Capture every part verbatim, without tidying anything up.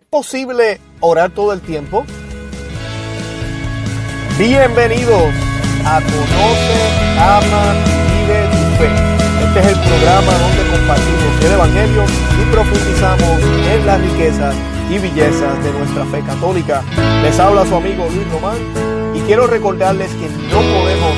posible orar todo el tiempo? Bienvenidos a Conoce, Ama y Vive tu Fe. Este es el programa donde compartimos el Evangelio y profundizamos en las riquezas y bellezas de nuestra fe católica. Les habla su amigo Luis Román y quiero recordarles que no podemos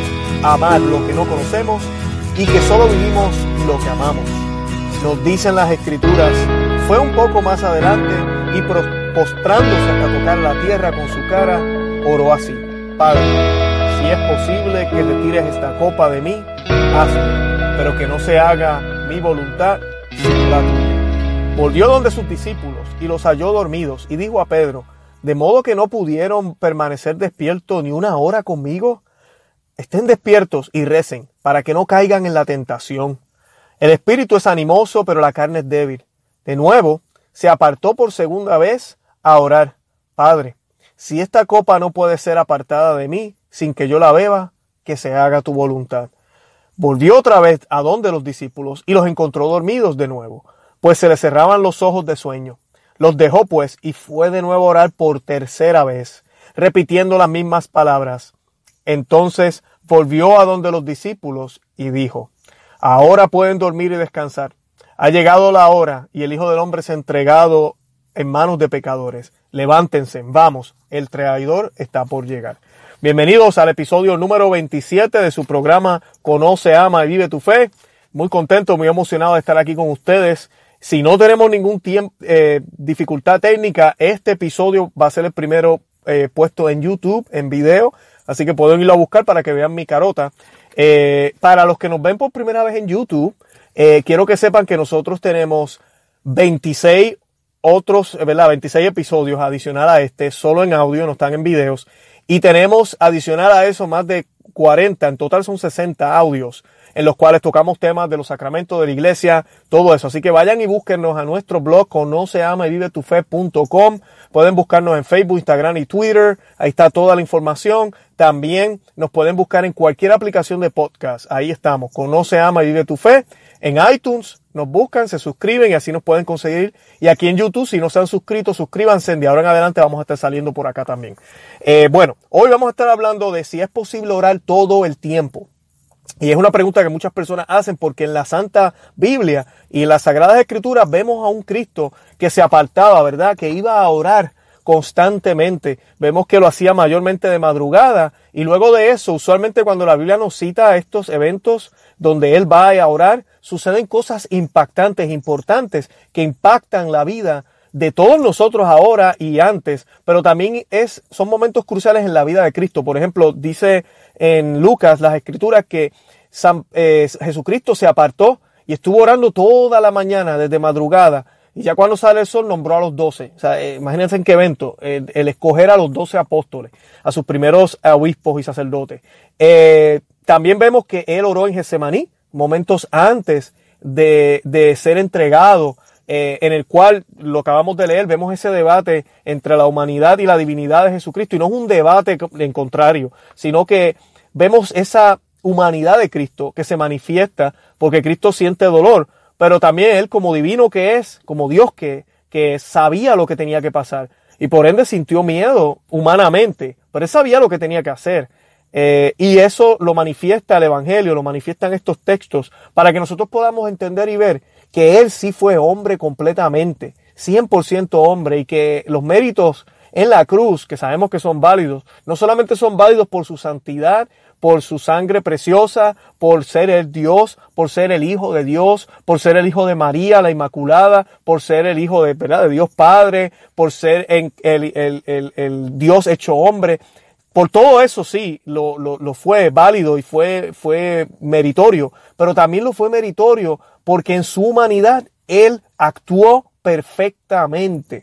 amar lo que no conocemos y que solo vivimos lo que amamos. Nos dicen las Escrituras, fue un poco más adelante y postrándose hasta tocar la tierra con su cara, oró así: Padre, si es posible que retires esta copa de mí, hazlo, pero que no se haga mi voluntad sino la tuya. Volvió donde sus discípulos y los halló dormidos y dijo a Pedro: ¿de modo que no pudieron permanecer despiertos ni una hora conmigo? Estén despiertos y recen para que no caigan en la tentación. El espíritu es animoso, pero la carne es débil. De nuevo, se apartó por segunda vez a orar: Padre, si esta copa no puede ser apartada de mí sin que yo la beba, que se haga tu voluntad. Volvió otra vez a donde los discípulos y los encontró dormidos de nuevo, pues se les cerraban los ojos de sueño. Los dejó pues y fue de nuevo a orar por tercera vez, repitiendo las mismas palabras. Entonces volvió a donde los discípulos y dijo: ahora pueden dormir y descansar. Ha llegado la hora y el Hijo del Hombre se ha entregado en manos de pecadores. Levántense, vamos, el traidor está por llegar. Bienvenidos al episodio número veintisiete de su programa Conoce, Ama y Vive tu Fe. Muy contento, muy emocionado de estar aquí con ustedes. Si no tenemos ningún tiempo, eh, dificultad técnica, este episodio va a ser el primero eh, puesto en YouTube, en video. Así que pueden irlo a buscar para que vean mi carota. Eh, para los que nos ven por primera vez en YouTube, eh, quiero que sepan que nosotros tenemos veintiséis otros, ¿verdad? veintiséis episodios adicional a este, solo en audio, no están en videos. Y tenemos adicional a eso más de cuarenta, en total son sesenta audios, en los cuales tocamos temas de los sacramentos de la iglesia, todo eso. Así que vayan y búsquennos a nuestro blog, conoce ama y vive tu fe punto com. Pueden buscarnos en Facebook, Instagram y Twitter. Ahí está toda la información. También nos pueden buscar en cualquier aplicación de podcast. Ahí estamos, Conoce, Ama y Vive tu Fe. En iTunes nos buscan, se suscriben y así nos pueden conseguir. Y aquí en YouTube, si no se han suscrito, suscríbanse. De ahora en adelante vamos a estar saliendo por acá también. Eh, bueno, hoy vamos a estar hablando de si es posible orar todo el tiempo. Y es una pregunta que muchas personas hacen porque en la Santa Biblia y en las Sagradas Escrituras vemos a un Cristo que se apartaba, ¿verdad? Que iba a orar constantemente. Vemos que lo hacía mayormente de madrugada y luego de eso, usualmente cuando la Biblia nos cita estos eventos donde Él va a orar, suceden cosas impactantes, importantes, que impactan la vida de todos nosotros ahora y antes, pero también es, son momentos cruciales en la vida de Cristo. Por ejemplo, dice en Lucas las Escrituras que San, eh, Jesucristo se apartó y estuvo orando toda la mañana desde madrugada. Y ya cuando sale el sol nombró a los doce. O sea, eh, imagínense en qué evento. El, el escoger a los doce apóstoles, a sus primeros obispos y sacerdotes. Eh, también vemos que él oró en Getsemaní, momentos antes de, de ser entregado, eh, en el cual, lo acabamos de leer, vemos ese debate entre la humanidad y la divinidad de Jesucristo. Y no es un debate en contrario, sino que vemos esa humanidad de Cristo que se manifiesta porque Cristo siente dolor. Pero también Él, como divino que es, como Dios que, que sabía lo que tenía que pasar. Y por ende sintió miedo humanamente, pero Él sabía lo que tenía que hacer. Eh, y eso lo manifiesta el Evangelio, lo manifiestan estos textos, para que nosotros podamos entender y ver que Él sí fue hombre completamente, cien por ciento hombre, y que los méritos en la cruz, que sabemos que son válidos, no solamente son válidos por su santidad, por su sangre preciosa, por ser el Dios, por ser el Hijo de Dios, por ser el Hijo de María, la Inmaculada, por ser el Hijo de, ¿verdad? de Dios Padre, por ser el, el, el, el, el Dios hecho hombre. Por todo eso sí, lo, lo, lo fue válido y fue, fue meritorio, pero también lo fue meritorio porque en su humanidad Él actuó perfectamente.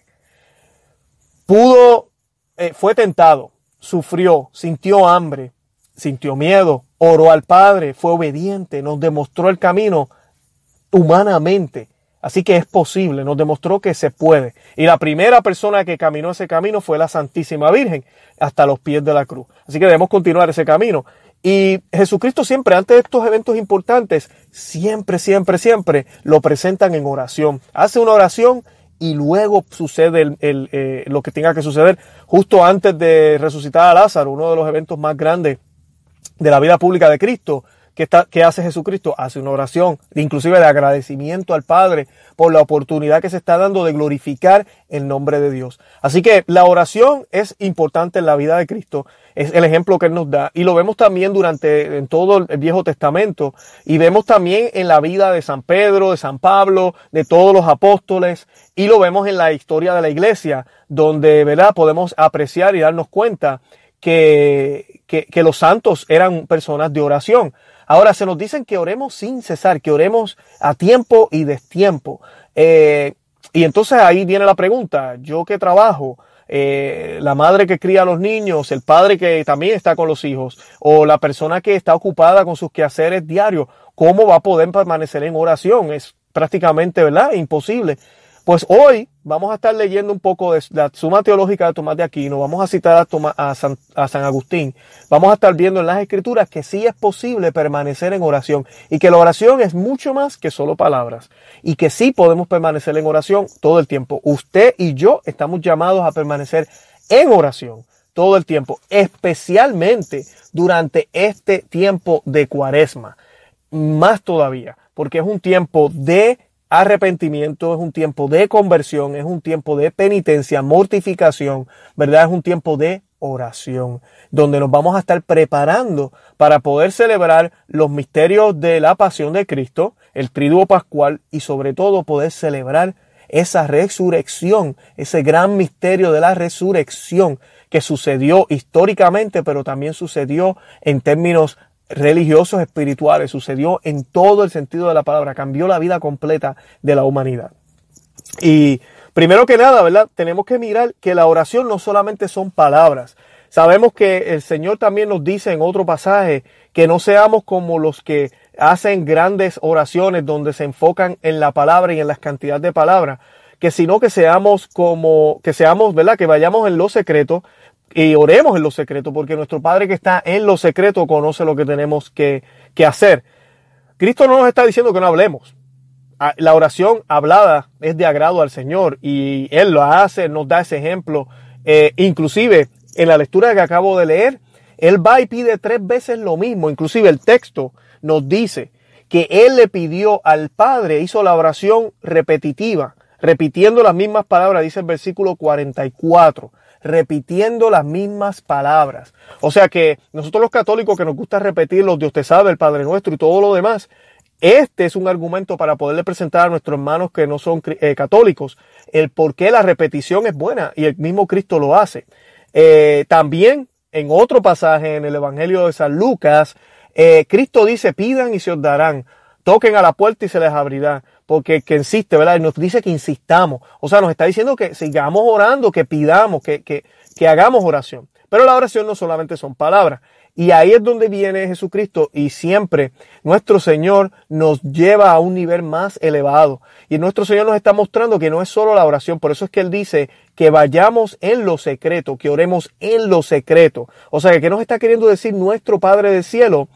Pudo, eh, fue tentado, sufrió, sintió hambre, sintió miedo, oró al Padre, fue obediente, nos demostró el camino humanamente. Así que es posible, nos demostró que se puede. Y la primera persona que caminó ese camino fue la Santísima Virgen, hasta los pies de la cruz. Así que debemos continuar ese camino. Y Jesucristo siempre, antes de estos eventos importantes, siempre, siempre, siempre lo presentan en oración. Hace una oración y luego sucede el, el, eh, lo que tenga que suceder justo antes de resucitar a Lázaro, uno de los eventos más grandes de la vida pública de Cristo. ¿Qué, está, ¿Qué hace Jesucristo? Hace una oración, inclusive de agradecimiento al Padre por la oportunidad que se está dando de glorificar el nombre de Dios. Así que la oración es importante en la vida de Cristo, es el ejemplo que Él nos da, y lo vemos también durante en todo el Viejo Testamento, y vemos también en la vida de San Pedro, de San Pablo, de todos los apóstoles, y lo vemos en la historia de la iglesia, donde, ¿verdad?, podemos apreciar y darnos cuenta que, que, que los santos eran personas de oración. Ahora, se nos dicen que oremos sin cesar, que oremos a tiempo y destiempo. Eh, y entonces ahí viene la pregunta, yo que trabajo, eh, la madre que cría a los niños, el padre que también está con los hijos, o la persona que está ocupada con sus quehaceres diarios, ¿cómo va a poder permanecer en oración? Es prácticamente, ¿verdad?, imposible. Pues hoy vamos a estar leyendo un poco de la Suma Teológica de Tomás de Aquino, vamos a citar a, Tomás, a, San, a San Agustín, vamos a estar viendo en las Escrituras que sí es posible permanecer en oración y que la oración es mucho más que solo palabras y que sí podemos permanecer en oración todo el tiempo. Usted y yo estamos llamados a permanecer en oración todo el tiempo, especialmente durante este tiempo de Cuaresma, más todavía, porque es un tiempo de arrepentimiento, es un tiempo de conversión, es un tiempo de penitencia, mortificación, ¿verdad? Es un tiempo de oración, donde nos vamos a estar preparando para poder celebrar los misterios de la pasión de Cristo, el triduo pascual, y sobre todo poder celebrar esa resurrección, ese gran misterio de la resurrección que sucedió históricamente, pero también sucedió en términos religiosos, espirituales, sucedió en todo el sentido de la palabra, cambió la vida completa de la humanidad. Y primero que nada, ¿verdad?, tenemos que mirar que la oración no solamente son palabras. Sabemos que el Señor también nos dice en otro pasaje que no seamos como los que hacen grandes oraciones donde se enfocan en la palabra y en las cantidades de palabras, que sino que seamos como, que seamos, ¿verdad?, que vayamos en lo secreto y oremos en lo secreto, porque nuestro Padre que está en lo secreto conoce lo que tenemos que, que hacer. Cristo no nos está diciendo que no hablemos. La oración hablada es de agrado al Señor y Él lo hace, nos da ese ejemplo. Eh, inclusive en la lectura que acabo de leer, Él va y pide tres veces lo mismo. Inclusive el texto nos dice que Él le pidió al Padre, hizo la oración repetitiva, repitiendo las mismas palabras, dice el versículo cuarenta y cuatro. Repitiendo las mismas palabras. O sea que nosotros los católicos que nos gusta repetir los Dios te sabe, el Padre Nuestro y todo lo demás, este es un argumento para poderle presentar a nuestros hermanos que no son eh, católicos el por qué la repetición es buena y el mismo Cristo lo hace. Eh, también en otro pasaje en el Evangelio de San Lucas, eh, Cristo dice, pidan y se os darán, toquen a la puerta y se les abrirá. Porque que insiste, ¿verdad? Y nos dice que insistamos. O sea, nos está diciendo que sigamos orando, que pidamos, que, que, que hagamos oración. Pero la oración no solamente son palabras. Y ahí es donde viene Jesucristo y siempre nuestro Señor nos lleva a un nivel más elevado. Y nuestro Señor nos está mostrando que no es solo la oración. Por eso es que Él dice que vayamos en lo secreto, que oremos en lo secreto. O sea, que nos está queriendo decir nuestro Padre del Cielo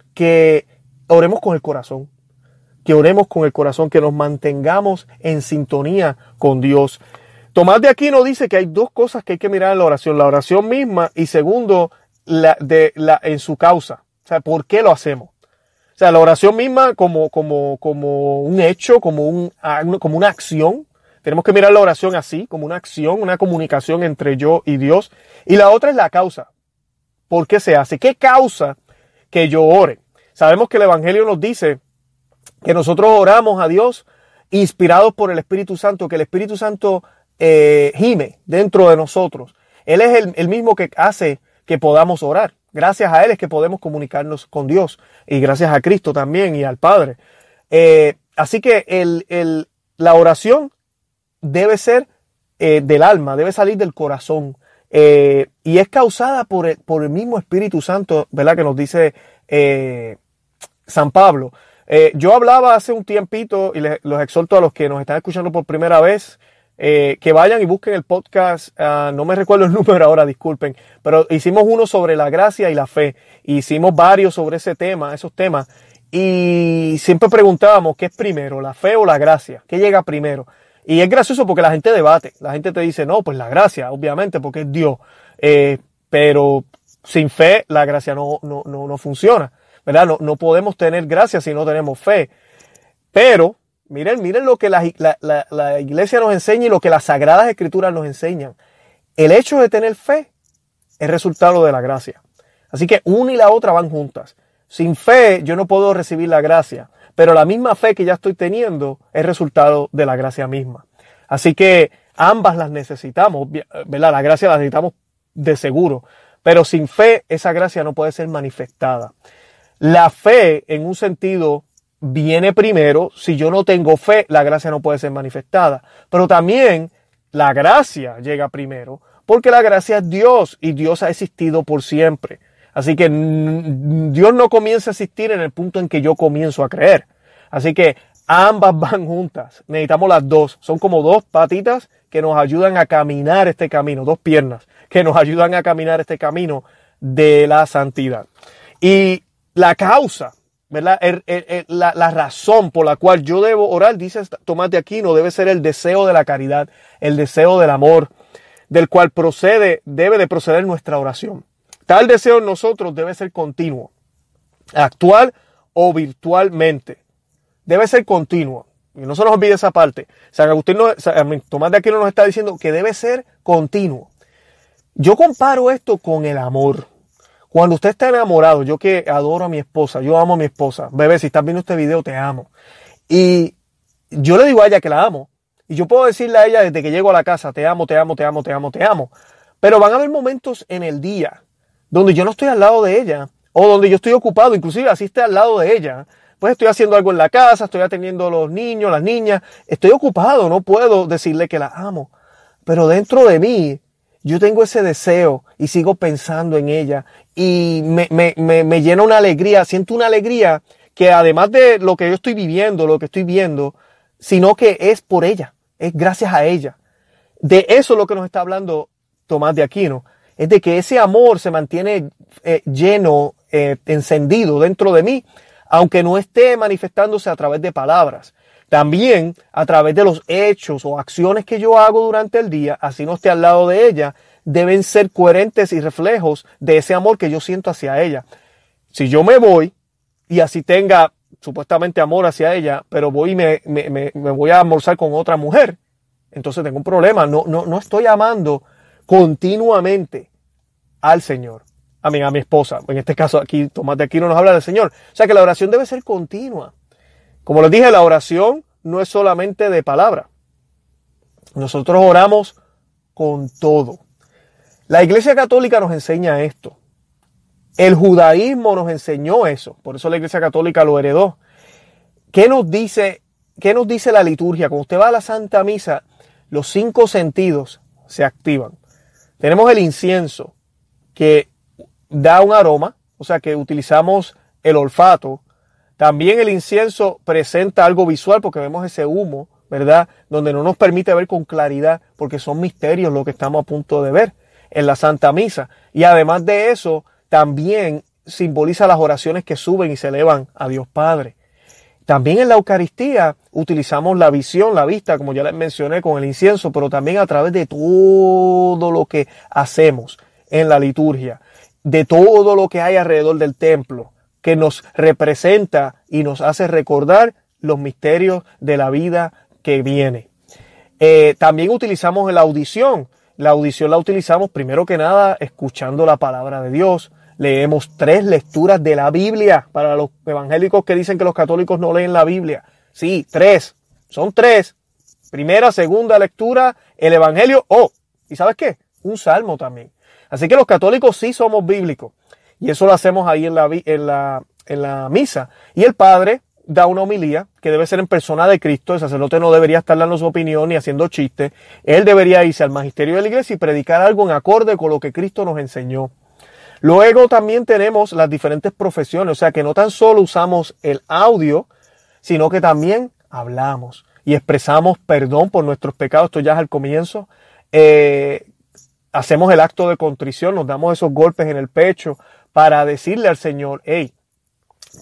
que oremos con el corazón. Que oremos con el corazón, que nos mantengamos en sintonía con Dios. Tomás de Aquino dice que hay dos cosas que hay que mirar en la oración. La oración misma y segundo, la, de, la, en su causa. O sea, ¿por qué lo hacemos? O sea, la oración misma como, como, como un hecho, como, un, como una acción. Tenemos que mirar la oración así, como una acción, una comunicación entre yo y Dios. Y la otra es la causa. ¿Por qué se hace? ¿Qué causa que yo ore? Sabemos que el Evangelio nos dice que nosotros oramos a Dios inspirados por el Espíritu Santo, que el Espíritu Santo eh, gime dentro de nosotros. Él es el, el mismo que hace que podamos orar. Gracias a Él es que podemos comunicarnos con Dios y gracias a Cristo también y al Padre. Eh, así que el, el, la oración debe ser eh, del alma, debe salir del corazón eh, y es causada por el, por el mismo Espíritu Santo, ¿verdad? Que nos dice eh, San Pablo. Eh, yo hablaba hace un tiempito y les, los exhorto a los que nos están escuchando por primera vez eh, que vayan y busquen el podcast. Uh, no me recuerdo el número ahora, disculpen, pero hicimos uno sobre la gracia y la fe. Hicimos varios sobre ese tema, esos temas, y siempre preguntábamos qué es primero, la fe o la gracia, qué llega primero. Y es gracioso porque la gente debate. La gente te dice, no, pues la gracia, obviamente, porque es Dios. Eh, pero sin fe la gracia no, no, no, no funciona, ¿verdad? No, no podemos tener gracia si no tenemos fe. Pero, miren, miren lo que la, la, la, la iglesia nos enseña y lo que las Sagradas Escrituras nos enseñan. El hecho de tener fe es resultado de la gracia. Así que una y la otra van juntas. Sin fe yo no puedo recibir la gracia, pero la misma fe que ya estoy teniendo es resultado de la gracia misma. Así que ambas las necesitamos, ¿verdad? La gracia la necesitamos de seguro, pero sin fe esa gracia no puede ser manifestada. La fe, en un sentido, viene primero. Si yo no tengo fe, la gracia no puede ser manifestada. Pero también la gracia llega primero, porque la gracia es Dios y Dios ha existido por siempre. Así que Dios no comienza a existir en el punto en que yo comienzo a creer. Así que ambas van juntas. Necesitamos las dos. Son como dos patitas que nos ayudan a caminar este camino, dos piernas que nos ayudan a caminar este camino de la santidad. Y la causa, ¿verdad? El, el, el, la, la razón por la cual yo debo orar, dice Tomás de Aquino, debe ser el deseo de la caridad, el deseo del amor, del cual procede, debe de proceder nuestra oración. Tal deseo en nosotros debe ser continuo, actual o virtualmente. Debe ser continuo. Y no se nos olvide esa parte. San Agustín, no, Tomás de Aquino nos está diciendo que debe ser continuo. Yo comparo esto con el amor. Cuando usted está enamorado, yo que adoro a mi esposa, yo amo a mi esposa. Bebé, si estás viendo este video, te amo. Y yo le digo a ella que la amo. Y yo puedo decirle a ella desde que llego a la casa, te amo, te amo, te amo, te amo, te amo. Pero van a haber momentos en el día donde yo no estoy al lado de ella, o donde yo estoy ocupado, inclusive así esté al lado de ella, pues estoy haciendo algo en la casa, estoy atendiendo a los niños, las niñas, estoy ocupado, no puedo decirle que la amo. Pero dentro de mí, yo tengo ese deseo y sigo pensando en ella y me, me, me, me llena una alegría, siento una alegría que además de lo que yo estoy viviendo, lo que estoy viendo, sino que es por ella, es gracias a ella. De eso es lo que nos está hablando Tomás de Aquino. Es de que ese amor se mantiene eh, lleno, eh, encendido dentro de mí, aunque no esté manifestándose a través de palabras. También a través de los hechos o acciones que yo hago durante el día, así no esté al lado de ella, deben ser coherentes y reflejos de ese amor que yo siento hacia ella. Si yo me voy y así tenga supuestamente amor hacia ella, pero voy y me, me, me, me voy a almorzar con otra mujer, entonces tengo un problema. No, no, no estoy amando continuamente al Señor, a mí, a mi esposa. En este caso aquí Tomás de Aquino nos habla del Señor. O sea que la oración debe ser continua. Como les dije, la oración no es solamente de palabra. Nosotros oramos con todo. La Iglesia Católica nos enseña esto. El judaísmo nos enseñó eso. Por eso la Iglesia Católica lo heredó. ¿Qué nos dice, qué nos dice la liturgia? Cuando usted va a la Santa Misa, los cinco sentidos se activan. Tenemos el incienso, que da un aroma, o sea que utilizamos el olfato. También el incienso presenta algo visual porque vemos ese humo, ¿verdad? Donde no nos permite ver con claridad porque son misterios lo que estamos a punto de ver en la Santa Misa. Y además de eso, también simboliza las oraciones que suben y se elevan a Dios Padre. También en la Eucaristía utilizamos la visión, la vista, como ya les mencioné, con el incienso, pero también a través de todo lo que hacemos en la liturgia, de todo lo que hay alrededor del templo, que nos representa y nos hace recordar los misterios de la vida que viene. Eh, también utilizamos la audición. La audición la utilizamos primero que nada escuchando la palabra de Dios. Leemos tres lecturas de la Biblia para los evangélicos que dicen que los católicos no leen la Biblia. Sí, tres. Son tres. Primera, segunda lectura, el evangelio. Oh, ¿y sabes qué? Un salmo también. Así que los católicos sí somos bíblicos. Y eso lo hacemos ahí en la, en la, en la misa. Y el padre da una homilía que debe ser en persona de Cristo. El sacerdote no debería estar dando su opinión ni haciendo chistes. Él debería irse al magisterio de la iglesia y predicar algo en acorde con lo que Cristo nos enseñó. Luego también tenemos las diferentes profesiones. O sea que no tan solo usamos el audio, sino que también hablamos y expresamos perdón por nuestros pecados. Esto ya es al comienzo. Eh, hacemos el acto de contrición, nos damos esos golpes en el pecho para decirle al Señor, hey,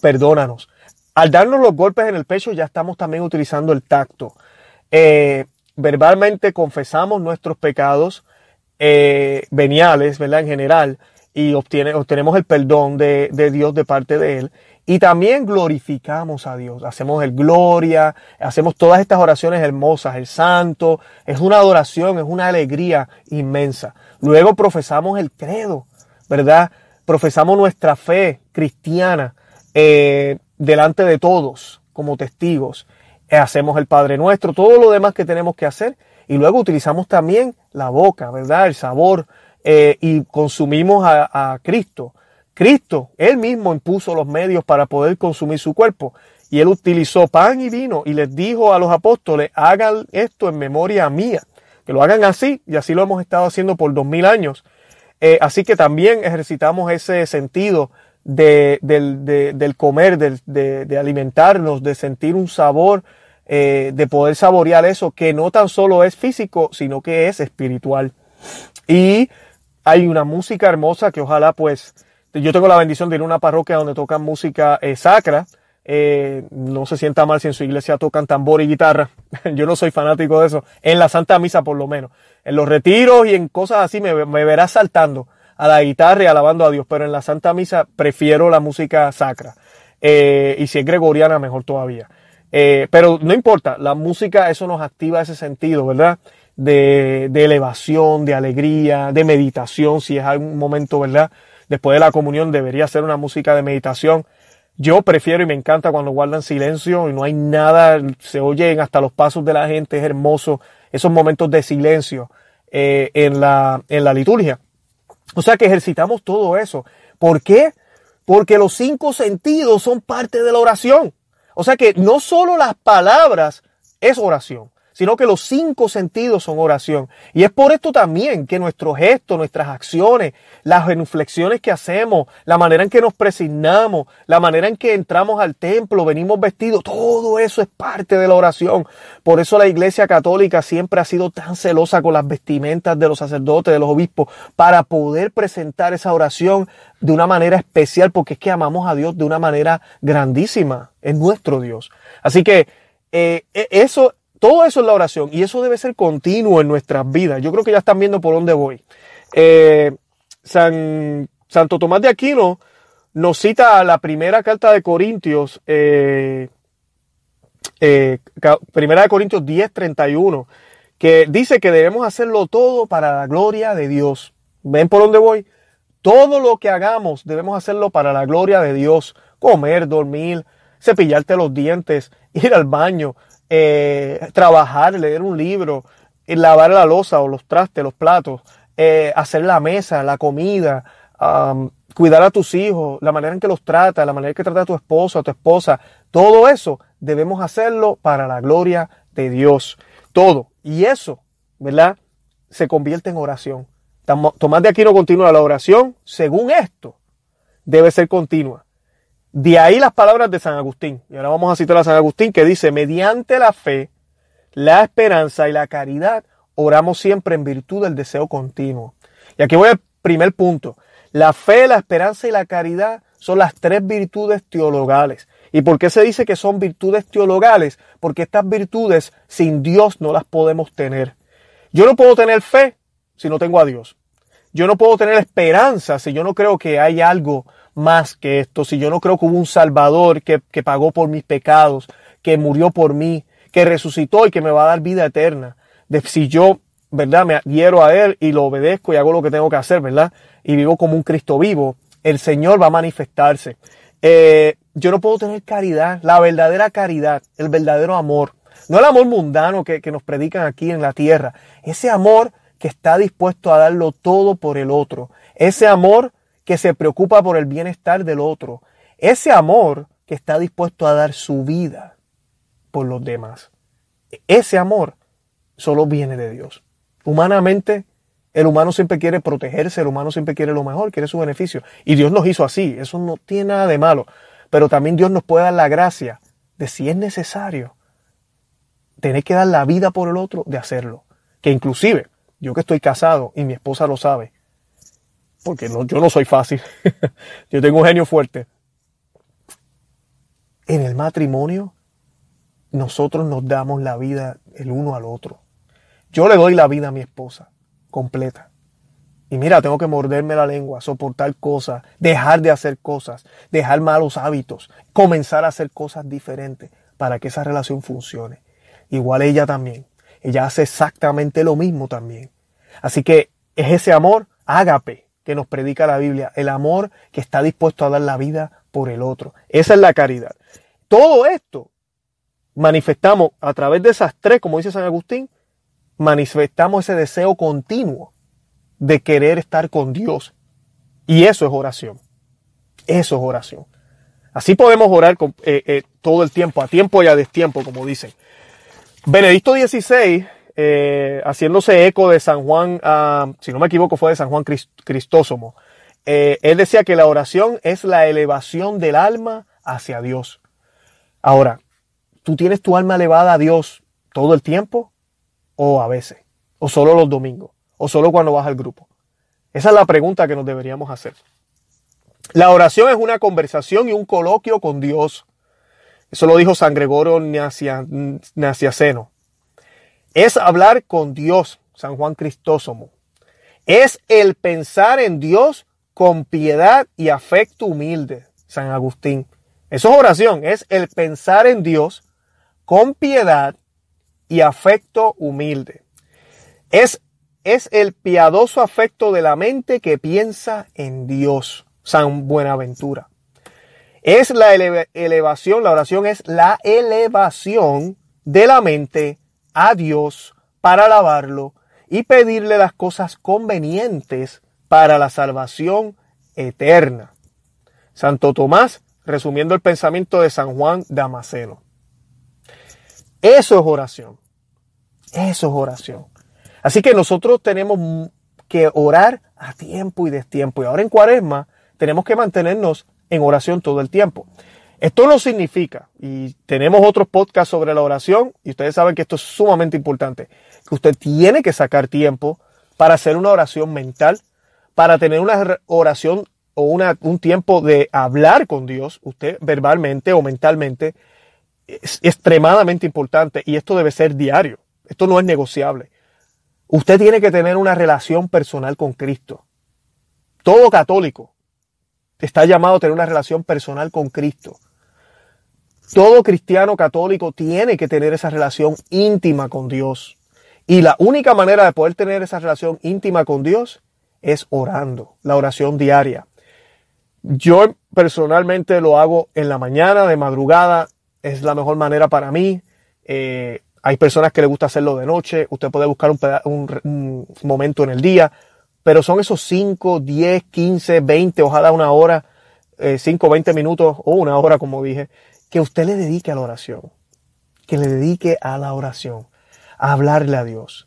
perdónanos. Al darnos los golpes en el pecho ya estamos también utilizando el tacto. Eh, verbalmente confesamos nuestros pecados eh, veniales, ¿verdad? En general, y obtiene, obtenemos el perdón de, de Dios de parte de Él. Y también glorificamos a Dios. Hacemos el gloria, hacemos todas estas oraciones hermosas, el santo. Es una adoración, es una alegría inmensa. Luego profesamos el credo, ¿verdad? Profesamos nuestra fe cristiana eh, delante de todos como testigos. Eh, hacemos el Padre Nuestro, todo lo demás que tenemos que hacer. Y luego utilizamos también la boca, ¿verdad? El sabor eh, y consumimos a, a Cristo. Cristo, Él mismo impuso los medios para poder consumir su cuerpo. Y Él utilizó pan y vino y les dijo a los apóstoles, hagan esto en memoria mía. Que lo hagan así, y así lo hemos estado haciendo por dos mil años. Eh, así que también ejercitamos ese sentido de, del, de, del comer, de, de, de alimentarnos, de sentir un sabor, eh, de poder saborear eso, que no tan solo es físico, sino que es espiritual. Y hay una música hermosa que ojalá pues... Yo tengo la bendición de ir a una parroquia donde tocan música eh, sacra. Eh, no se sienta mal si en su iglesia tocan tambor y guitarra. Yo no soy fanático de eso. En la Santa Misa por lo menos. En los retiros y en cosas así me, me verás saltando a la guitarra y alabando a Dios. Pero en la Santa Misa prefiero la música sacra. Eh, y si es gregoriana mejor todavía. Eh, pero no importa. La música, eso nos activa ese sentido, ¿verdad? De, de elevación, de alegría, de meditación. Si es algún momento, ¿verdad? Después de la comunión debería ser una música de meditación. Yo prefiero y me encanta cuando guardan silencio y no hay nada, se oyen hasta los pasos de la gente, es hermoso esos momentos de silencio eh, en la, en la liturgia. O sea que ejercitamos todo eso. ¿Por qué? Porque los cinco sentidos son parte de la oración. O sea que no solo las palabras es oración, sino que los cinco sentidos son oración. Y es por esto también que nuestros gestos, nuestras acciones, las genuflexiones que hacemos, la manera en que nos presignamos, la manera en que entramos al templo, venimos vestidos, todo eso es parte de la oración. Por eso la Iglesia Católica siempre ha sido tan celosa con las vestimentas de los sacerdotes, de los obispos, para poder presentar esa oración de una manera especial, porque es que amamos a Dios de una manera grandísima. Es nuestro Dios. Así que eh, eso... Todo eso es la oración y eso debe ser continuo en nuestras vidas. Yo creo que ya están viendo por dónde voy. Eh, San, Santo Tomás de Aquino nos cita la primera carta de Corintios, eh, eh, primera de Corintios diez, treinta y uno, que dice que debemos hacerlo todo para la gloria de Dios. ¿Ven por dónde voy? Todo lo que hagamos debemos hacerlo para la gloria de Dios. Comer, dormir, cepillarte los dientes, ir al baño, Eh, trabajar, leer un libro, lavar la loza o los trastes, los platos, eh, hacer la mesa, la comida, um, cuidar a tus hijos, la manera en que los tratas, la manera en que trata a tu esposo, a tu esposa, todo eso debemos hacerlo para la gloria de Dios. Todo. Y eso, ¿verdad? Se convierte en oración. Tomás de Aquino continúa la oración, según esto, debe ser continua. De ahí las palabras de San Agustín. Y ahora vamos a citar a San Agustín que dice, mediante la fe, la esperanza y la caridad, oramos siempre en virtud del deseo continuo. Y aquí voy al primer punto. La fe, la esperanza y la caridad son las tres virtudes teologales. ¿Y por qué se dice que son virtudes teologales? Porque estas virtudes sin Dios no las podemos tener. Yo no puedo tener fe si no tengo a Dios. Yo no puedo tener esperanza si yo no creo que hay algo más que esto, si yo no creo que hubo un Salvador que, que pagó por mis pecados, que murió por mí, que resucitó y que me va a dar vida eterna. De, si yo, ¿verdad?, me adhiero a Él y lo obedezco y hago lo que tengo que hacer, ¿verdad?, y vivo como un Cristo vivo, el Señor va a manifestarse. Eh, yo no puedo tener caridad, la verdadera caridad, el verdadero amor. No el amor mundano que, que nos predican aquí en la tierra. Ese amor que está dispuesto a darlo todo por el otro. Ese amor que se preocupa por el bienestar del otro. Ese amor que está dispuesto a dar su vida por los demás. Ese amor solo viene de Dios. Humanamente, el humano siempre quiere protegerse, el humano siempre quiere lo mejor, quiere su beneficio. Y Dios nos hizo así, eso no tiene nada de malo. Pero también Dios nos puede dar la gracia de, si es necesario, tener que dar la vida por el otro, de hacerlo. Que inclusive, yo que estoy casado y mi esposa lo sabe, porque no, yo no soy fácil, yo tengo un genio fuerte. En el matrimonio, nosotros nos damos la vida el uno al otro. Yo le doy la vida a mi esposa completa. Y mira, tengo que morderme la lengua, soportar cosas, dejar de hacer cosas, dejar malos hábitos, comenzar a hacer cosas diferentes para que esa relación funcione. Igual ella también. Ella hace exactamente lo mismo también. Así que es ese amor ágape que nos predica la Biblia. El amor que está dispuesto a dar la vida por el otro. Esa es la caridad. Todo esto manifestamos a través de esas tres, como dice San Agustín, manifestamos ese deseo continuo de querer estar con Dios. Y eso es oración. Eso es oración. Así podemos orar con, eh, eh, todo el tiempo, a tiempo y a destiempo, como dicen. Benedicto dieciséis, eh, haciéndose eco de San Juan, uh, si no me equivoco fue de San Juan Cristóstomo, eh, él decía que la oración es la elevación del alma hacia Dios. Ahora, ¿tú tienes tu alma elevada a Dios todo el tiempo? ¿O a veces? ¿O solo los domingos? ¿O solo cuando vas al grupo? Esa es la pregunta que nos deberíamos hacer. La oración es una conversación y un coloquio con Dios. Eso lo dijo San Gregorio Nacianceno. Es hablar con Dios, San Juan Cristóstomo. Es el pensar en Dios con piedad y afecto humilde, San Agustín. Eso es oración, es el pensar en Dios con piedad y afecto humilde. Es, es el piadoso afecto de la mente que piensa en Dios, San Buenaventura. Es la eleva- elevación, la oración es la elevación de la mente a Dios para alabarlo y pedirle las cosas convenientes para la salvación eterna. Santo Tomás, resumiendo el pensamiento de San Juan Damasceno. Eso es oración. Eso es oración. Así que nosotros tenemos que orar a tiempo y destiempo. Y ahora en Cuaresma tenemos que mantenernos en oración todo el tiempo. Esto no significa, y tenemos otros podcasts sobre la oración, y ustedes saben que esto es sumamente importante, que usted tiene que sacar tiempo para hacer una oración mental, para tener una oración o una, un tiempo de hablar con Dios, usted verbalmente o mentalmente, es extremadamente importante, y esto debe ser diario. Esto no es negociable. Usted tiene que tener una relación personal con Cristo. Todo católico está llamado a tener una relación personal con Cristo. Todo cristiano católico tiene que tener esa relación íntima con Dios. Y la única manera de poder tener esa relación íntima con Dios es orando, la oración diaria. Yo personalmente lo hago en la mañana, de madrugada, es la mejor manera para mí. Eh, hay personas que les gusta hacerlo de noche, usted puede buscar un, peda- un, un momento en el día, pero son esos cinco, diez, quince, veinte, ojalá una hora, eh, cinco, veinte minutos o una hora, como dije, que usted le dedique a la oración, que le dedique a la oración, a hablarle a Dios.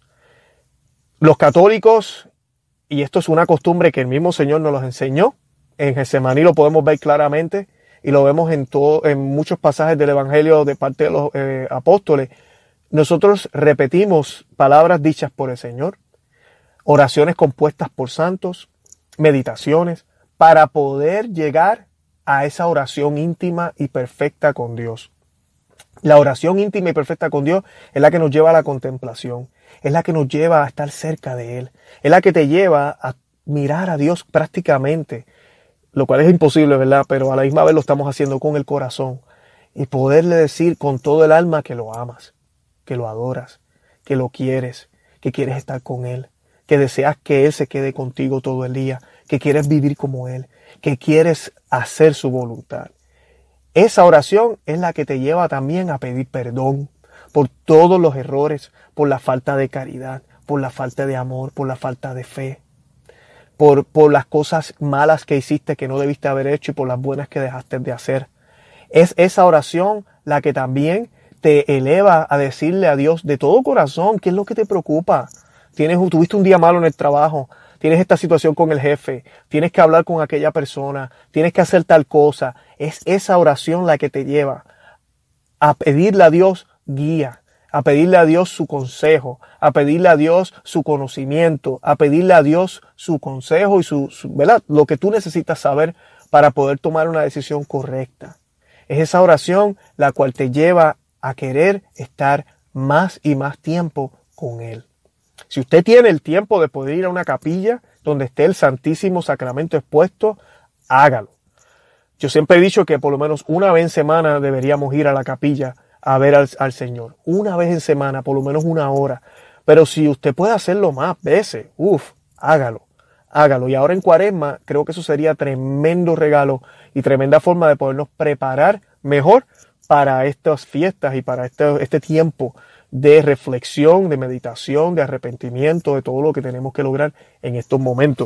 Los católicos, y esto es una costumbre que el mismo Señor nos los enseñó, en Getsemaní lo podemos ver claramente y lo vemos en, todo, en muchos pasajes del Evangelio de parte de los eh, apóstoles. Nosotros repetimos palabras dichas por el Señor, oraciones compuestas por santos, meditaciones, para poder llegar a esa oración íntima y perfecta con Dios. La oración íntima y perfecta con Dios es la que nos lleva a la contemplación, es la que nos lleva a estar cerca de Él, es la que te lleva a mirar a Dios prácticamente, lo cual es imposible, ¿verdad? Pero a la misma vez lo estamos haciendo con el corazón y poderle decir con todo el alma que lo amas, que lo adoras, que lo quieres, que quieres estar con Él, que deseas que Él se quede contigo todo el día, que quieres vivir como Él, que quieres hacer su voluntad. Esa oración es la que te lleva también a pedir perdón por todos los errores, por la falta de caridad, por la falta de amor, por la falta de fe, por, por las cosas malas que hiciste que no debiste haber hecho y por las buenas que dejaste de hacer. Es esa oración la que también te eleva a decirle a Dios de todo corazón qué es lo que te preocupa. Tienes, tuviste un día malo en el trabajo, tienes esta situación con el jefe, tienes que hablar con aquella persona, tienes que hacer tal cosa. Es esa oración la que te lleva a pedirle a Dios guía, a pedirle a Dios su consejo, a pedirle a Dios su conocimiento, a pedirle a Dios su consejo y su, su ¿verdad? Lo que tú necesitas saber para poder tomar una decisión correcta. Es esa oración la cual te lleva a querer estar más y más tiempo con Él. Si usted tiene el tiempo de poder ir a una capilla donde esté el Santísimo Sacramento expuesto, hágalo. Yo siempre he dicho que por lo menos una vez en semana deberíamos ir a la capilla a ver al, al Señor. Una vez en semana, por lo menos una hora. Pero si usted puede hacerlo más veces, uff, hágalo, hágalo. Y ahora en Cuaresma creo que eso sería tremendo regalo y tremenda forma de podernos preparar mejor para estas fiestas y para este, este tiempo de reflexión, de meditación, de arrepentimiento, de todo lo que tenemos que lograr en estos momentos.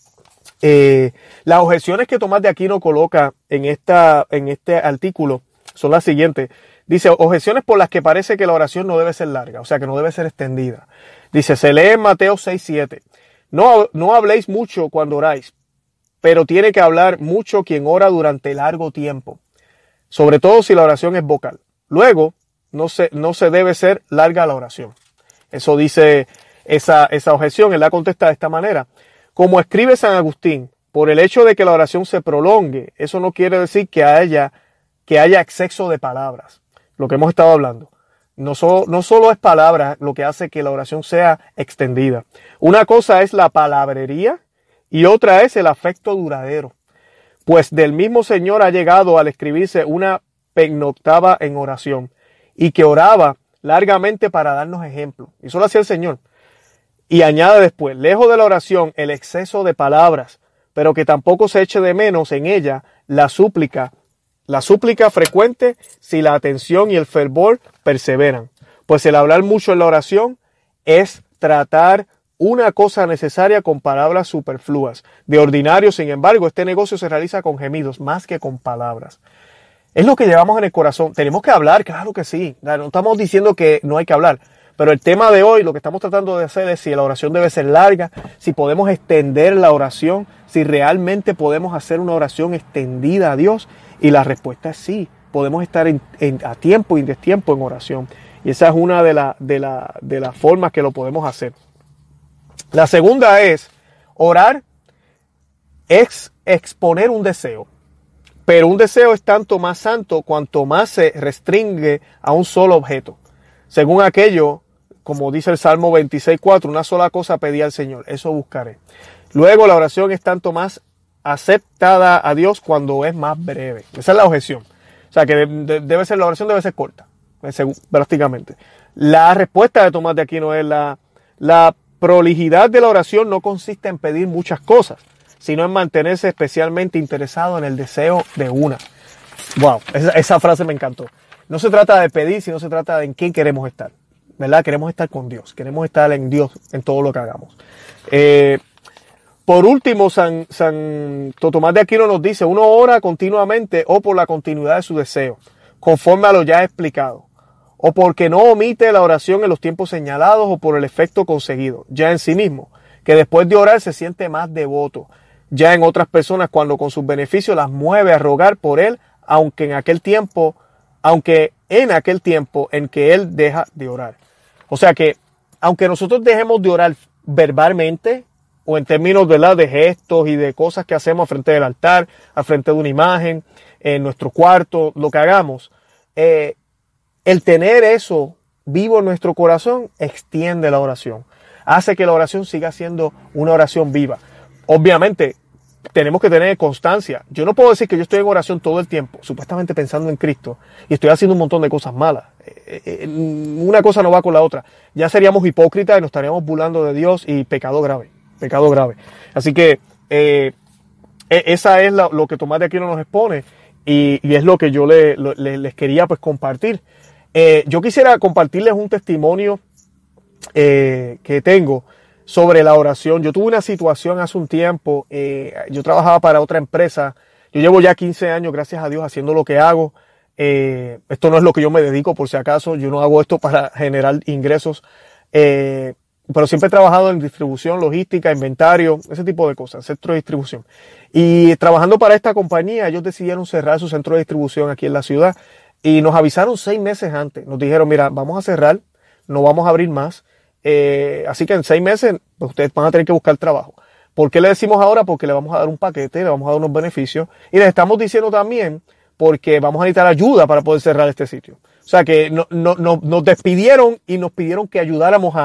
Eh, las objeciones que Tomás de Aquino coloca en, esta, en este artículo son las siguientes. Dice, objeciones por las que parece que la oración no debe ser larga, o sea, que no debe ser extendida. Dice, se lee en Mateo seis siete. No, no habléis mucho cuando oráis, pero tiene que hablar mucho quien ora durante largo tiempo, sobre todo si la oración es vocal. Luego, no se, no se debe ser larga la oración. Eso dice esa, esa objeción. Él la contesta de esta manera. Como escribe San Agustín, por el hecho de que la oración se prolongue, eso no quiere decir que haya, que haya exceso de palabras. Lo que hemos estado hablando. No solo, no solo es palabra lo que hace que la oración sea extendida. Una cosa es la palabrería y otra es el afecto duradero. Pues del mismo Señor ha llegado al escribirse una pernoctaba en oración y que oraba largamente para darnos ejemplo. Y eso lo hacía el Señor. Y añade después, lejos de la oración el exceso de palabras, pero que tampoco se eche de menos en ella la súplica La súplica frecuente si la atención y el fervor perseveran. Pues el hablar mucho en la oración es tratar una cosa necesaria con palabras superfluas. De ordinario, sin embargo, este negocio se realiza con gemidos más que con palabras. Es lo que llevamos en el corazón. Tenemos que hablar, claro que sí. No estamos diciendo que no hay que hablar. Pero el tema de hoy, lo que estamos tratando de hacer es si la oración debe ser larga, si podemos extender la oración, si realmente podemos hacer una oración extendida a Dios. Y la respuesta es sí, podemos estar en, en, a tiempo y en destiempo en oración. Y esa es una de, la, de, la, de las formas que lo podemos hacer. La segunda es, orar es exponer un deseo. Pero un deseo es tanto más santo cuanto más se restringe a un solo objeto. Según aquello, como dice el Salmo veintiséis cuatro, una sola cosa pedí al Señor, eso buscaré. Luego la oración es tanto más aceptada a Dios cuando es más breve. Esa es la objeción. O sea, que debe ser, la oración debe ser corta, prácticamente. La respuesta de Tomás de Aquino es la, la prolijidad de la oración no consiste en pedir muchas cosas, sino en mantenerse especialmente interesado en el deseo de una. Wow, esa, esa frase me encantó. No se trata de pedir, sino se trata de en quién queremos estar, ¿verdad? Queremos estar con Dios, queremos estar en Dios en todo lo que hagamos. Eh, Por último, San, San Tomás de Aquino nos dice, uno ora continuamente o por la continuidad de su deseo, conforme a lo ya explicado, o porque no omite la oración en los tiempos señalados o por el efecto conseguido, ya en sí mismo, que después de orar se siente más devoto, ya en otras personas cuando con sus beneficios las mueve a rogar por él, aunque en aquel tiempo, aunque en aquel tiempo en que él deja de orar. O sea que, aunque nosotros dejemos de orar verbalmente, o en términos de, la, de gestos y de cosas que hacemos frente del altar, al frente de una imagen, en nuestro cuarto, lo que hagamos, eh, el tener eso vivo en nuestro corazón extiende la oración. Hace que la oración siga siendo una oración viva. Obviamente, tenemos que tener constancia. Yo no puedo decir que yo estoy en oración todo el tiempo, supuestamente pensando en Cristo, y estoy haciendo un montón de cosas malas. Eh, eh, una cosa no va con la otra. Ya seríamos hipócritas y nos estaríamos burlando de Dios y pecado grave. Pecado grave. Así que eh, esa es la, lo que Tomás de Aquino nos expone y, y es lo que yo le, le, les quería pues compartir. Eh, yo quisiera compartirles un testimonio eh, que tengo sobre la oración. Yo tuve una situación hace un tiempo. Eh, yo trabajaba para otra empresa. Yo llevo ya quince años, gracias a Dios, haciendo lo que hago. Eh, esto no es lo que yo me dedico, por si acaso. Yo no hago esto para generar ingresos. Eh, Pero siempre he trabajado en distribución, logística, inventario, ese tipo de cosas, centro de distribución. Y trabajando para esta compañía, ellos decidieron cerrar su centro de distribución aquí en la ciudad. Y nos avisaron seis meses antes. Nos dijeron, mira, vamos a cerrar, no vamos a abrir más. Eh, así que en seis meses, pues ustedes van a tener que buscar trabajo. ¿Por qué le decimos ahora? Porque le vamos a dar un paquete, le vamos a dar unos beneficios. Y les estamos diciendo también porque vamos a necesitar ayuda para poder cerrar este sitio. O sea que no, no, no, nos despidieron y nos pidieron que ayudáramos a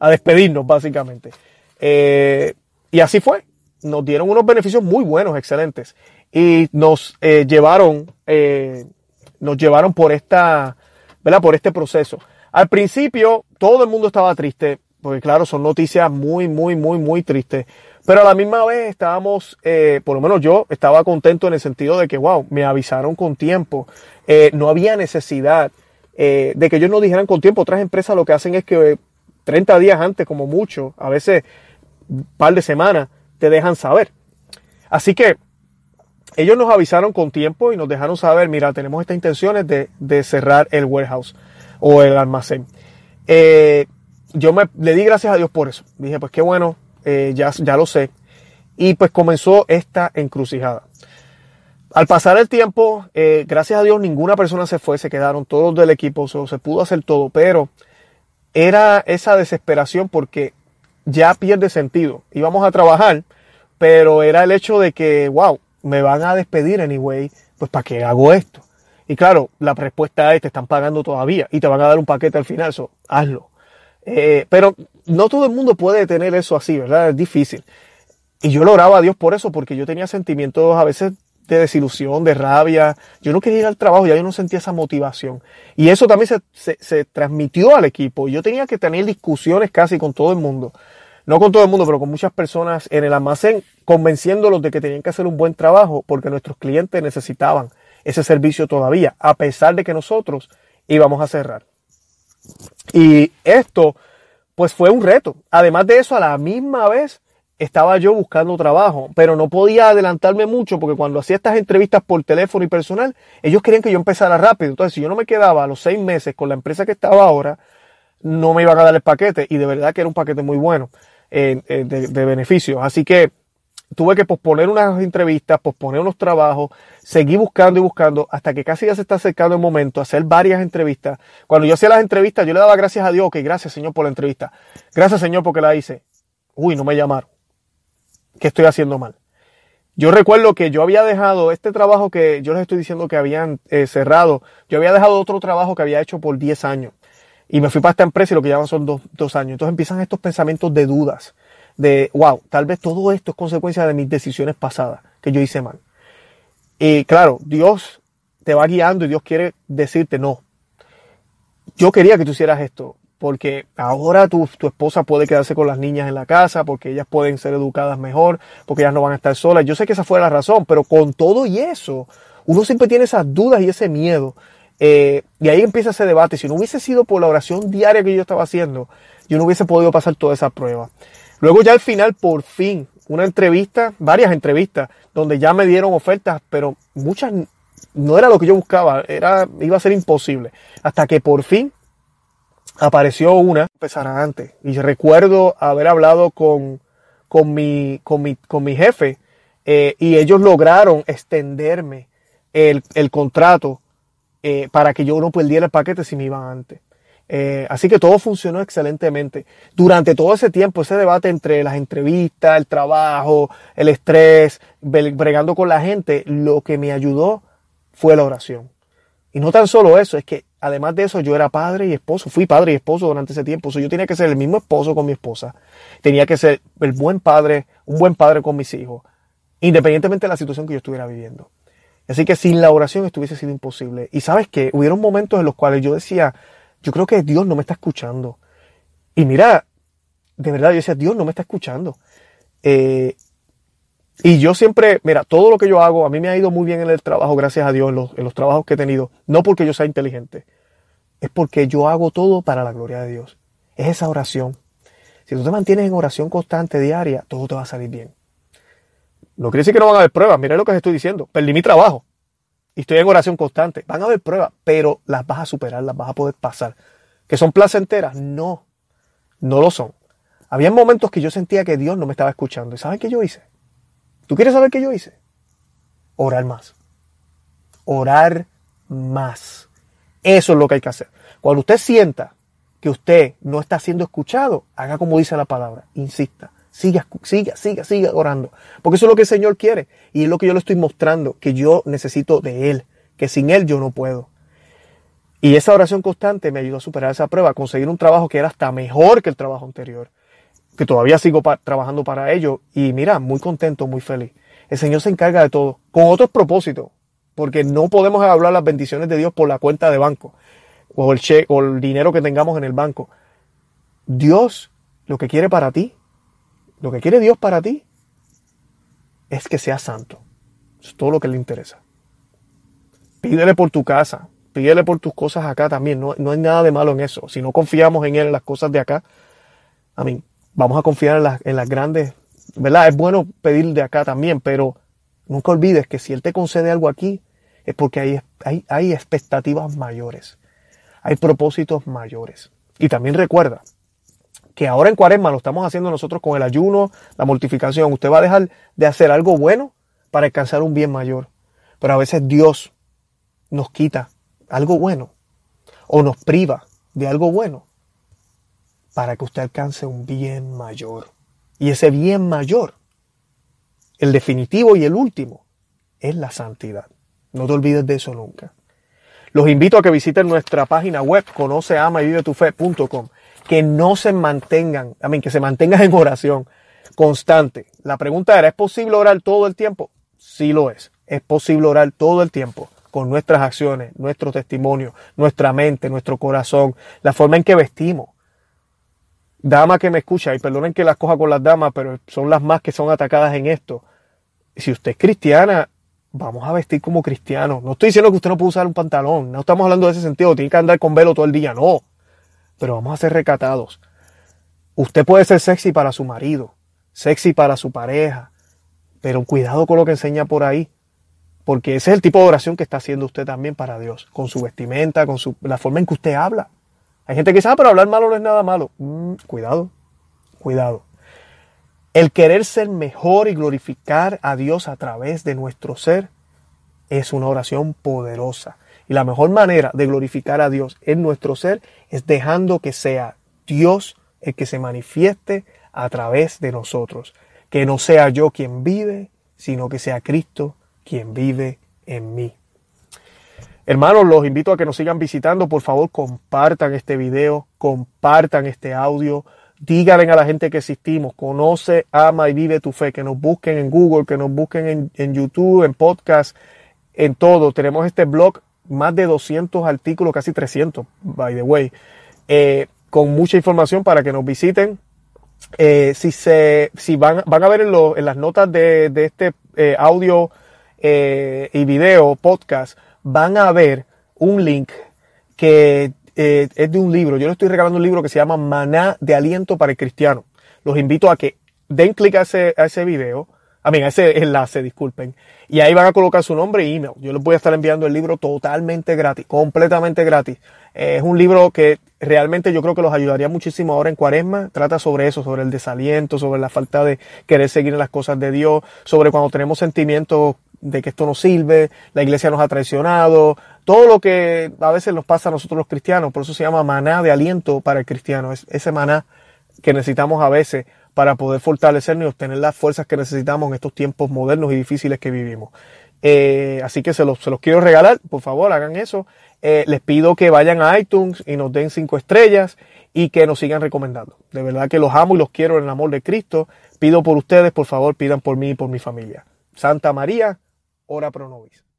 a despedirnos básicamente. Eh, y así fue. Nos dieron unos beneficios muy buenos, excelentes. Y nos eh, llevaron, eh, nos llevaron por esta, ¿verdad? Por este proceso. Al principio todo el mundo estaba triste, porque claro, son noticias muy, muy, muy, muy tristes. Pero a la misma vez estábamos, eh, por lo menos yo estaba contento en el sentido de que, wow, me avisaron con tiempo. Eh, no había necesidad eh, de que ellos nos dijeran con tiempo. Otras empresas lo que hacen es que treinta días antes, como mucho, a veces un par de semanas, te dejan saber. Así que ellos nos avisaron con tiempo y nos dejaron saber, mira, tenemos estas intenciones de, de cerrar el warehouse o el almacén. Eh, yo me, le di gracias a Dios por eso. Dije, pues qué bueno, eh, ya, ya lo sé. Y pues comenzó esta encrucijada. Al pasar el tiempo, eh, gracias a Dios, ninguna persona se fue, se quedaron todos del equipo, so, se pudo hacer todo, pero era esa desesperación porque ya pierde sentido. Íbamos a trabajar, pero era el hecho de que, wow, me van a despedir anyway, pues ¿para qué hago esto? Y claro, la respuesta es, te están pagando todavía y te van a dar un paquete al final, eso, hazlo. Eh, pero no todo el mundo puede tener eso así, ¿verdad? Es difícil. Y yo lo oraba a Dios por eso, porque yo tenía sentimientos a veces de desilusión, de rabia. Yo no quería ir al trabajo, ya yo no sentía esa motivación. Y eso también se, se, se transmitió al equipo. Yo tenía que tener discusiones casi con todo el mundo. No con todo el mundo, pero con muchas personas en el almacén, convenciéndolos de que tenían que hacer un buen trabajo porque nuestros clientes necesitaban ese servicio todavía, a pesar de que nosotros íbamos a cerrar. Y esto, pues fue un reto. Además de eso, a la misma vez estaba yo buscando trabajo, pero no podía adelantarme mucho porque cuando hacía estas entrevistas por teléfono y personal, ellos querían que yo empezara rápido. Entonces, si yo no me quedaba a los seis meses con la empresa que estaba ahora, no me iban a dar el paquete. Y de verdad que era un paquete muy bueno eh, eh, de, de beneficios. Así que tuve que posponer unas entrevistas, posponer unos trabajos, seguí buscando y buscando hasta que casi ya se está acercando el momento de hacer varias entrevistas. Cuando yo hacía las entrevistas, yo le daba gracias a Dios. Ok, gracias Señor por la entrevista. Gracias Señor porque la hice. Uy, no me llamaron. ¿Qué estoy haciendo mal? Yo recuerdo que yo había dejado este trabajo que yo les estoy diciendo que habían eh, cerrado. Yo había dejado otro trabajo que había hecho por diez años. Y me fui para esta empresa y lo que llevan son dos, dos años. Entonces empiezan estos pensamientos de dudas. De, wow, tal vez todo esto es consecuencia de mis decisiones pasadas que yo hice mal. Y claro, Dios te va guiando y Dios quiere decirte no. Yo quería que tú hicieras esto. Porque ahora tu, tu esposa puede quedarse con las niñas en la casa, porque ellas pueden ser educadas mejor, porque ellas no van a estar solas. Yo sé que esa fue la razón, pero con todo y eso, uno siempre tiene esas dudas y ese miedo. Eh, y ahí empieza ese debate. Si no hubiese sido por la oración diaria que yo estaba haciendo, yo no hubiese podido pasar toda esa prueba. Luego ya al final, por fin, una entrevista, varias entrevistas, donde ya me dieron ofertas, pero muchas no era lo que yo buscaba, era, iba a ser imposible. Hasta que por fin apareció una, empezará antes. Y recuerdo haber hablado con, con, mi, con, mi, con mi jefe eh, y ellos lograron extenderme el, el contrato eh, para que yo no perdiera el paquete si me iban antes. Eh, así que todo funcionó excelentemente. Durante todo ese tiempo, ese debate entre las entrevistas, el trabajo, el estrés, bregando con la gente, lo que me ayudó fue la oración. Y no tan solo eso, es que además de eso yo era padre y esposo, fui padre y esposo durante ese tiempo. O sea, yo tenía que ser el mismo esposo con mi esposa, tenía que ser el buen padre, un buen padre con mis hijos, independientemente de la situación que yo estuviera viviendo. Así que sin la oración esto hubiese sido imposible. Y sabes qué, hubieron momentos en los cuales yo decía, yo creo que Dios no me está escuchando. Y mira, de verdad yo decía, Dios no me está escuchando. Eh, Y yo siempre, mira, todo lo que yo hago, a mí me ha ido muy bien en el trabajo, gracias a Dios, en los, en los trabajos que he tenido. No porque yo sea inteligente, es porque yo hago todo para la gloria de Dios. Es esa oración. Si tú te mantienes en oración constante, diaria, todo te va a salir bien. No quiere decir que no van a haber pruebas, mira lo que les estoy diciendo. Perdí mi trabajo y estoy en oración constante. Van a haber pruebas, pero las vas a superar, las vas a poder pasar. ¿Que son placenteras? No, no lo son. Había momentos que yo sentía que Dios no me estaba escuchando. ¿Y saben qué yo hice? ¿Tú quieres saber qué yo hice? Orar más. Orar más. Eso es lo que hay que hacer. Cuando usted sienta que usted no está siendo escuchado, haga como dice la palabra. Insista. Siga, siga, siga, siga orando. Porque eso es lo que el Señor quiere. Y es lo que yo le estoy mostrando. Que yo necesito de Él. Que sin Él yo no puedo. Y esa oración constante me ayudó a superar esa prueba, a conseguir un trabajo que era hasta mejor que el trabajo anterior, que todavía sigo pa- trabajando para ello. Y mira, muy contento, muy feliz. El Señor se encarga de todo, con otros propósitos, porque no podemos hablar las bendiciones de Dios por la cuenta de banco o el cheque o el dinero que tengamos en el banco. Dios, lo que quiere para ti, lo que quiere Dios para ti, es que seas santo. Es todo lo que le interesa. Pídele por tu casa, pídele por tus cosas acá también. No, no hay nada de malo en eso. Si no confiamos en Él, en las cosas de acá, I mean, vamos a confiar en las, en las grandes, ¿verdad? Es bueno pedir de acá también, pero nunca olvides que si Él te concede algo aquí, es porque hay, hay, hay expectativas mayores. Hay propósitos mayores. Y también recuerda que ahora en Cuaresma lo estamos haciendo nosotros con el ayuno, la mortificación. Usted va a dejar de hacer algo bueno para alcanzar un bien mayor. Pero a veces Dios nos quita algo bueno o nos priva de algo bueno para que usted alcance un bien mayor. Y ese bien mayor, el definitivo y el último, es la santidad. No te olvides de eso nunca. Los invito a que visiten nuestra página web, conoce, ama y vive tu fe punto com. Que no se mantengan, I mean, que se mantengan en oración constante. La pregunta era, ¿es posible orar todo el tiempo? Sí lo es. Es posible orar todo el tiempo con nuestras acciones, nuestro testimonio, nuestra mente, nuestro corazón, la forma en que vestimos. Dama que me escucha, y perdonen que las coja con las damas, pero son las más que son atacadas en esto. Si usted es cristiana, vamos a vestir como cristianos. No estoy diciendo que usted no puede usar un pantalón, no estamos hablando de ese sentido, tiene que andar con velo todo el día, no. Pero vamos a ser recatados. Usted puede ser sexy para su marido, sexy para su pareja, pero cuidado con lo que enseña por ahí. Porque ese es el tipo de oración que está haciendo usted también para Dios, con su vestimenta, con su, la forma en que usted habla. Hay gente que dice, ah, pero hablar malo no es nada malo. Mm, cuidado, cuidado. El querer ser mejor y glorificar a Dios a través de nuestro ser es una oración poderosa. Y la mejor manera de glorificar a Dios en nuestro ser es dejando que sea Dios el que se manifieste a través de nosotros. Que no sea yo quien vive, sino que sea Cristo quien vive en mí. Hermanos, los invito a que nos sigan visitando. Por favor, compartan este video, compartan este audio. Díganle a la gente que existimos. Conoce, ama y vive tu fe. Que nos busquen en Google, que nos busquen en, en YouTube, en podcast, en todo. Tenemos este blog, más de doscientos artículos, casi trescientos, by the way, eh, con mucha información para que nos visiten. Eh, si se, si van, van a ver en, lo, en las notas de, de este eh, audio eh, y video podcast, van a ver un link que eh, es de un libro. Yo les estoy regalando un libro que se llama Maná de Aliento para el Cristiano. Los invito a que den clic a ese, a ese video, a mí, a ese enlace, disculpen, y ahí van a colocar su nombre y email. Yo les voy a estar enviando el libro totalmente gratis, completamente gratis. Eh, es un libro que realmente yo creo que los ayudaría muchísimo ahora en Cuaresma. Trata sobre eso, sobre el desaliento, sobre la falta de querer seguir en las cosas de Dios, sobre cuando tenemos sentimientos de que esto no sirve, la iglesia nos ha traicionado, todo lo que a veces nos pasa a nosotros los cristianos. Por eso se llama maná de aliento para el cristiano. Es ese maná que necesitamos a veces para poder fortalecernos y obtener las fuerzas que necesitamos en estos tiempos modernos y difíciles que vivimos. Eh, así que se los, se los quiero regalar, por favor, hagan eso. Eh, les pido que vayan a iTunes y nos den cinco estrellas y que nos sigan recomendando. De verdad que los amo y los quiero en el amor de Cristo. Pido por ustedes, por favor, pidan por mí y por mi familia. Santa María, ora pro nobis.